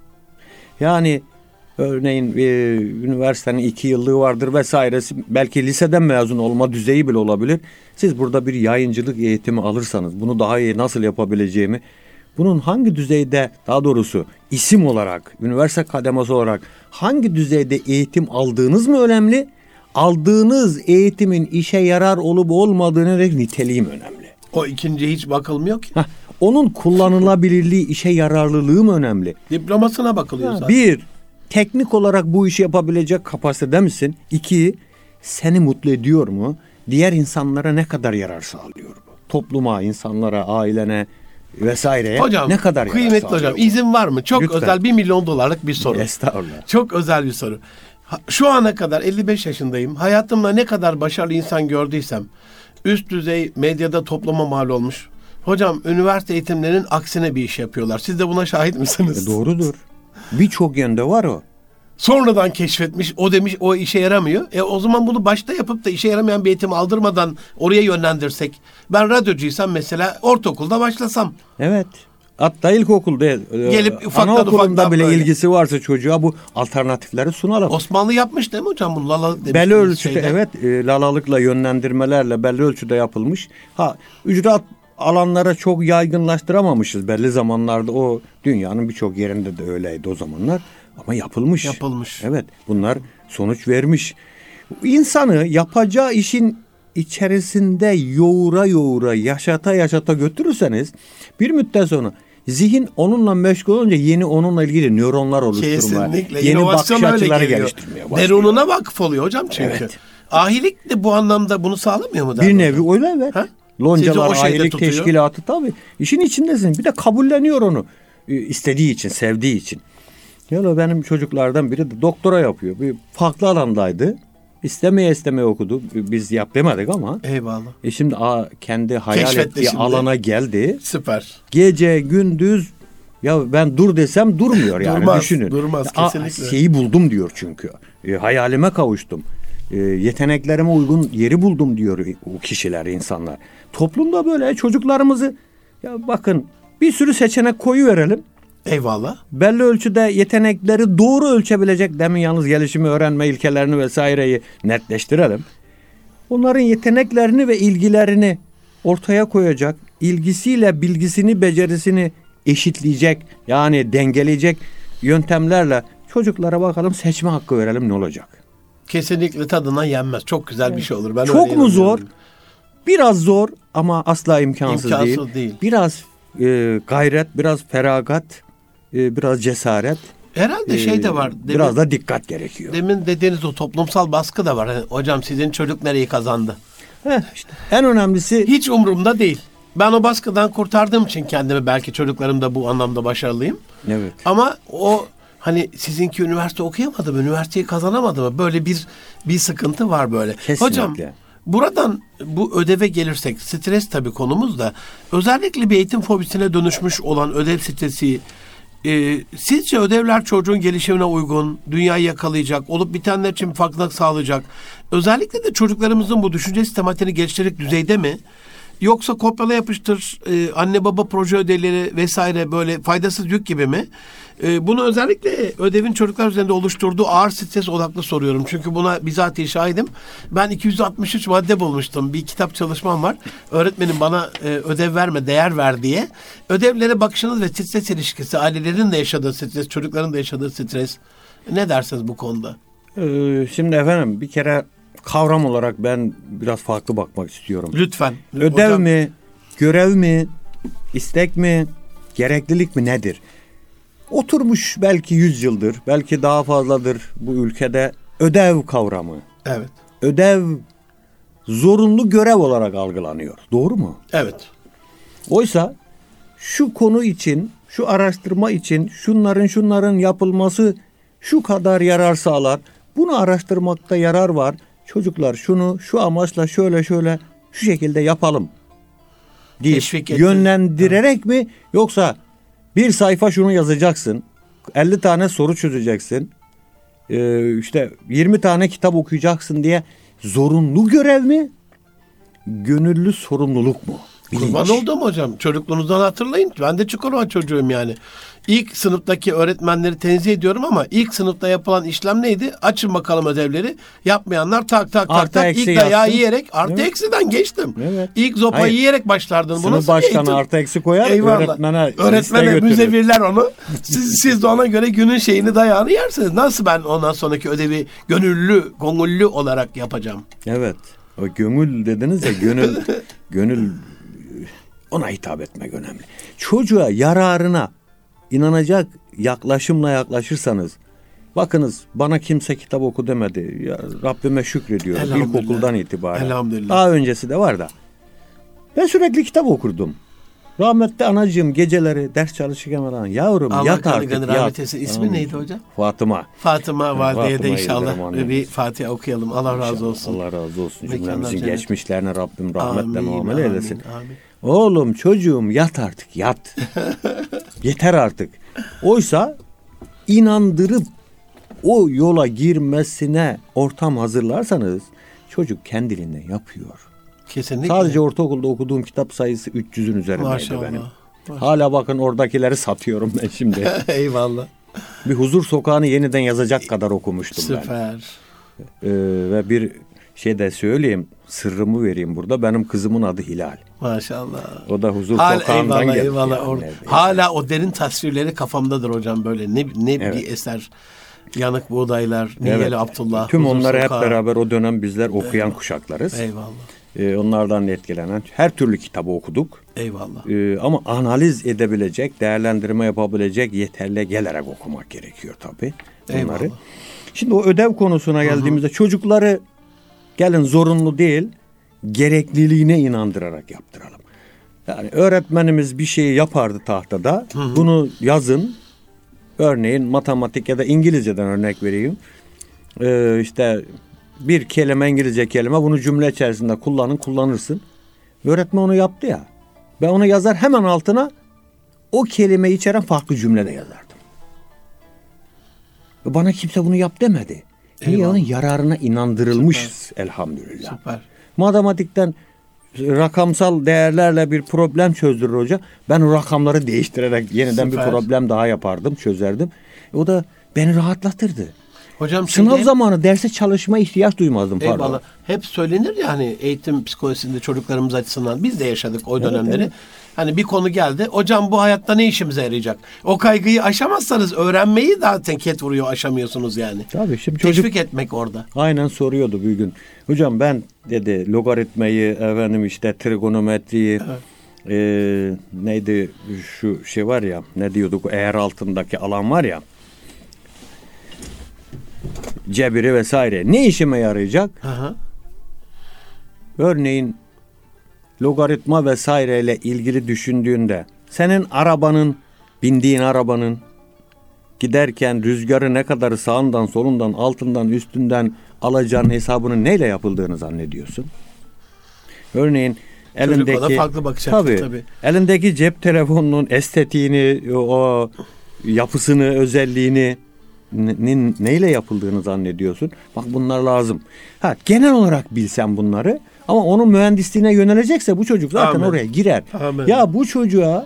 Yani örneğin üniversitenin 2 yıllığı vardır vesairesi, belki liseden mezun olma düzeyi bile olabilir. Siz burada bir yayıncılık eğitimi alırsanız bunu daha iyi nasıl yapabileceğimi, bunun hangi düzeyde, daha doğrusu isim olarak, üniversite kademesi olarak hangi düzeyde eğitim aldığınız mı önemli? Aldığınız eğitimin işe yarar olup olmadığını ve niteliği mi önemli? O ikinci hiç bakılmıyor ki. Onun kullanılabilirliği, işe yararlılığı mı önemli? Diplomasına bakılıyor zaten. Bir, teknik olarak bu işi yapabilecek kapasitede misin? 2, seni mutlu ediyor mu? Diğer insanlara ne kadar yarar sağlıyor bu? Topluma, insanlara, ailene vesaireye hocam, ne kadar yarar kıymetli sağlıyor? hocam, izin var mı? Çok Lütfen. özel, $1 milyon bir soru. Estağfurullah. Çok özel bir soru. Şu ana kadar 55 yaşındayım. Hayatımda ne kadar başarılı insan gördüysem üst düzey medyada topluma mal olmuş. Hocam üniversite eğitimlerinin aksine bir iş yapıyorlar. Siz de buna şahit misiniz? Doğrudur. Birçok yönde var o. Sonradan keşfetmiş, o demiş o işe yaramıyor. O zaman bunu başta yapıp da işe yaramayan bir eğitim aldırmadan oraya yönlendirsek. Ben radyocuysam mesela ortaokulda başlasam. Evet. Hatta ilkokulda, Gelip ufaktan anaokulunda bile böyle ilgisi varsa çocuğa bu alternatifleri sunalım. Osmanlı yapmış değil mi hocam bunu? Lalalık demiştiniz Belli ölçüde şeyde. evet, lalalıkla yönlendirmelerle belli ölçüde yapılmış. Ücret alanlara çok yaygınlaştıramamışız belli zamanlarda, o dünyanın birçok yerinde de öyleydi o zamanlar. Ama yapılmış. Yapılmış. Evet, bunlar sonuç vermiş. İnsanı yapacağı işin içerisinde yoğura yaşata götürürseniz bir müddet sonra zihin onunla meşgul olunca yeni onunla ilgili nöronlar oluşturmaya, kesinlikle. yeni İnovasyon bakış öyle açıları geliyor. geliştirmeye başlıyor. Nöronuna vakıf oluyor hocam çünkü. Evet. Ahilik de bu anlamda bunu sağlamıyor mu? Bir nevi öyle evet. Ha? Loncalar, Sizi o şeyde ahilik tutuyor. teşkilatı tabii. İşin içindesin. Bir de kabulleniyor onu. İstediği için, sevdiği için. Ya benim çocuklardan biri de doktora yapıyor. Bir farklı alandaydı. İstemeye okudu. Biz yap demedik ama. Eyvallah. Şimdi kendi hayal Keşfetti ettiği şimdi. alana geldi. Süper. Gece gündüz ya ben dur desem durmuyor yani. Durmaz, Düşünün. durmaz, kesinlikle. Şeyi buldum diyor çünkü. Hayalime kavuştum. Yeteneklerime uygun yeri buldum diyor o kişiler, insanlar. Toplumda böyle çocuklarımızı ya bakın bir sürü seçenek koyu verelim. Eyvallah. Belli ölçüde yetenekleri doğru ölçebilecek, demin yalnız gelişimi, öğrenme ilkelerini vesaireyi netleştirelim. Onların yeteneklerini ve ilgilerini ortaya koyacak, ilgisiyle bilgisini, becerisini eşitleyecek, yani dengeleyecek yöntemlerle çocuklara bakalım seçme hakkı verelim, ne olacak? Kesinlikle tadından yenmez. Çok güzel bir şey olur. Ben Çok mu zor? Biraz zor ama asla imkansız değil. Biraz gayret, biraz feragat, biraz cesaret. Herhalde şey de var. Biraz da dikkat gerekiyor. Demin dediğiniz o toplumsal baskı da var. Yani, hocam sizin çocuk nereyi kazandı? İşte en önemlisi hiç umurumda değil. Ben o baskıdan kurtardığım için kendimi, belki çocuklarım da bu anlamda başarılıyım. Evet. Ama o hani sizinki üniversite okuyamadı mı, üniversiteyi kazanamadı mı? Böyle bir sıkıntı var böyle. Kesinlikle. Hocam buradan bu ödeve gelirsek, stres tabii konumuz da, özellikle bir eğitim fobisine dönüşmüş olan ödev stresi, sizce ödevler çocuğun gelişimine uygun, dünyayı yakalayacak, olup bitenler için farklılık sağlayacak, özellikle de çocuklarımızın bu düşünce sistematiğini geliştirecek düzeyde mi? Yoksa kopyala yapıştır, anne baba proje ödevleri vesaire böyle faydasız yük gibi mi? Bunu özellikle ödevin çocuklar üzerinde oluşturduğu ağır stres odaklı soruyorum. Çünkü buna bizatihi şahidim. Ben 263 madde bulmuştum. Bir kitap çalışmam var. Öğretmenim bana ödev verme, değer ver diye. Ödevlere bakışınız ve stres ilişkisi, ailelerin de yaşadığı stres, çocukların da yaşadığı stres. Ne dersiniz bu konuda? Şimdi efendim, bir kere kavram olarak ben biraz farklı bakmak istiyorum. Lütfen. Ödev hocam, mi, görev mi, istek mi, gereklilik mi, nedir? Oturmuş belki 100 yıldır, belki daha fazladır bu ülkede ödev kavramı. Evet. Ödev zorunlu görev olarak algılanıyor. Doğru mu? Evet. Oysa şu konu için, şu araştırma için şunların yapılması şu kadar yarar sağlar. Bunu araştırmakta yarar var. Çocuklar şunu şu amaçla şöyle şu şekilde yapalım deyip yönlendirerek mi, yoksa bir sayfa şunu yazacaksın, 50 tane soru çözeceksin, işte 20 tane kitap okuyacaksın diye zorunlu görev mi, gönüllü sorumluluk mu? Kurban oldum hocam. Çocukluğunuzdan hatırlayın. Ben de Çukurova çocuğum yani. İlk sınıftaki öğretmenleri tenzih ediyorum ama ilk sınıfta yapılan işlem neydi? Açın bakalım ödevleri. Yapmayanlar tak. İlk dayağı yaptın. Yiyerek artı Evet. eksiden geçtim. Evet. İlk zopayı yiyerek başlardın. Sınıf başkanı artı eksi koyar. Eyvallah. Öğretmene müzevirler onu. Siz de ona göre günün şeyini, dayağını yersiniz. Nasıl ben ondan sonraki ödevi gönüllü olarak yapacağım? Evet. O gönül dediniz ya, gönül ona hitap etmek önemli. Çocuğa yararına inanacak yaklaşımla yaklaşırsanız, bakınız bana kimse kitap oku demedi. Ya, Rabbime şükrediyorum ilkokuldan itibaren. Elhamdülillah. Daha öncesi de var da. Ben sürekli kitap okurdum. Rahmetli anacığım geceleri ders çalışırken falan, yavrum Allah yat artık yat. Rahmet etsin. İsmi neydi hocam? Fatıma Valideye de inşallah bir Fatiha okuyalım. Allah razı olsun. Allah razı olsun. Cümlemizin cennet. geçmişlerine Rabbim rahmetle muamele eylesin. Amin. Oğlum çocuğum yat artık, yat. Yeter artık. Oysa inandırıp o yola girmesine ortam hazırlarsanız çocuk kendiliğinden yapıyor. Kesinlikle. Sadece ortaokulda okuduğum kitap sayısı 300'ün üzerindeydi Maşallah. benim. Hala bakın oradakileri satıyorum ben şimdi. Eyvallah. Bir Huzur Sokağı'nı yeniden yazacak kadar okumuştum ben. Süper. Ve bir şey de söyleyeyim, sırrımı vereyim burada. Benim kızımın adı Hilal. Maşallah. O da Huzur Sokağı'ndan geldi. Eyvallah. Yani hala o derin tasvirleri kafamdadır hocam böyle. Ne Evet. bir eser. Yanık Buğdaylar, Niyeli Abdullah. Tüm Huzur onları Sokağı. hep beraber o dönem bizler okuyan kuşaklarız. Eyvallah. Onlardan etkilenen her türlü kitabı okuduk. Eyvallah. Ama analiz edebilecek, değerlendirme yapabilecek yeterliğe gelerek okumak gerekiyor tabii bunları. Eyvallah. Şimdi o ödev konusuna geldiğimizde çocukları gelin zorunlu değil, gerekliliğine inandırarak yaptıralım. Yani öğretmenimiz bir şeyi yapardı tahtada. Bunu yazın. Örneğin matematik ya da İngilizceden örnek vereyim. İşte bir kelime, İngilizce kelime, bunu cümle içerisinde kullanırsın. Öğretmen onu yaptı ya. Ben onu yazar, hemen altına o kelimeyi içeren farklı cümle de yazardım. Bana kimse bunu yap demedi. Niye? Onun yararına inandırılmış. Süper. Elhamdülillah. Süper. Matematikten rakamsal değerlerle bir problem çözdürür hoca. Ben o rakamları değiştirerek yeniden Süper. bir problem daha yapardım, çözerdim. O da beni rahatlatırdı. Hocam Sınav şimdi zamanı derse çalışma ihtiyaç duymazdım. eyvallah. Pardon. Hep söylenir ya hani eğitim psikolojisinde çocuklarımız açısından biz de yaşadık o dönemleri. evet. Hani bir konu geldi. Hocam bu hayatta ne işimize yarayacak? O kaygıyı aşamazsanız öğrenmeyi zaten ket vuruyor, aşamıyorsunuz yani. Tabii şimdi çocuk Teşvik etmek orada. aynen soruyordu bir gün. Hocam ben dedi logaritmayı, efendim işte trigonometriyi, neydi şu şey var ya, ne diyorduk, eğer altındaki alan var ya, cebiri vesaire ne işime yarayacak? Hı. Örneğin logaritma vesaireyle ilgili düşündüğünde senin arabanın, bindiğin arabanın giderken rüzgarı ne kadar sağından, solundan, altından, üstünden alacağın hesabının neyle yapıldığını zannediyorsun? Örneğin Çocuk ona elindeki farklı bakacak tabii. elindeki cep telefonunun estetiğini, o yapısını, özelliğini neyle yapıldığını zannediyorsun? Bak bunlar lazım. Genel olarak bilsen bunları, ama onun mühendisliğine yönelecekse bu çocuk zaten Amin. oraya girer. Amin. Ya bu çocuğa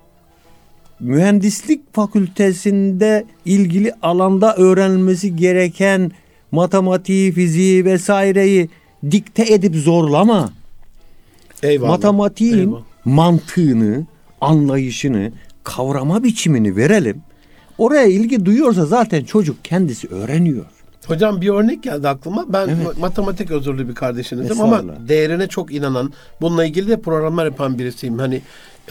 mühendislik fakültesinde ilgili alanda öğrenilmesi gereken matematiği, fiziği vesaireyi dikte edip zorlama. Eyvallah. Matematiğin Eyvallah. mantığını, anlayışını, kavrama biçimini verelim. Oraya ilgi duyuyorsa zaten çocuk kendisi öğreniyor. Hocam bir örnek geldi aklıma. Ben Evet. matematik özürlü bir kardeşinizim ama Estağfurullah. değerine çok inanan, bununla ilgili de programlar yapan birisiyim. Hani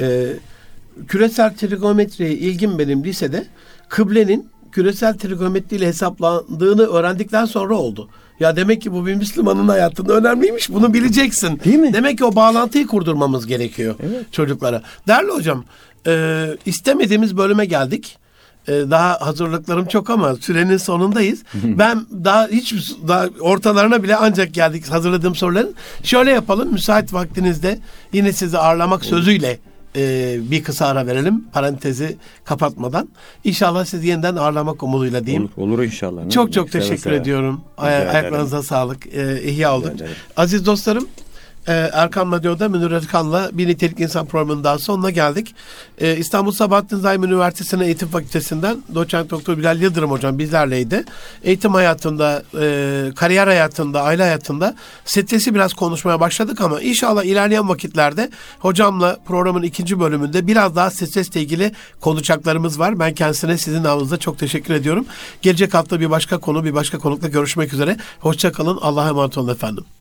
küresel trigonometriye ilgim benim lisede kıblenin küresel trigonometriyle hesaplandığını öğrendikten sonra oldu. Ya demek ki bu bir Müslümanın hayatında önemliymiş. Bunu bileceksin. Değil mi? Demek ki o bağlantıyı kurdurmamız gerekiyor çocuklara. Değerli hocam, istemediğimiz bölüme geldik. Daha hazırlıklarım çok ama sürenin sonundayız. Ben daha ortalarına bile ancak geldik hazırladığım soruların. Şöyle yapalım, müsait vaktinizde yine sizi ağırlamak sözüyle bir kısa ara verelim, parantezi kapatmadan. İnşallah sizi yeniden ağırlamak umuduyla diyeyim. Olur inşallah. Çok çok teşekkür ediyorum. Ayaklarınıza sağlık. İhya olduk. Aziz dostlarım, Erkam Radyo'da Münir Özkan'la Bir Nitelik İnsan programının daha sonuna geldik. İstanbul Sabahattin Zaim Üniversitesi'nin Eğitim Fakültesinden Doçent Doktor Bilal Yıldırım hocam bizlerleydi. Eğitim hayatında, kariyer hayatında, aile hayatında stresi biraz konuşmaya başladık ama inşallah ilerleyen vakitlerde hocamla programın 2. bölümünde biraz daha stresle ilgili konuşacaklarımız var. Ben kendisine sizin namınızda çok teşekkür ediyorum. Gelecek hafta bir başka konu, bir başka konukla görüşmek üzere. Hoşça kalın. Allah'a emanet olun efendim.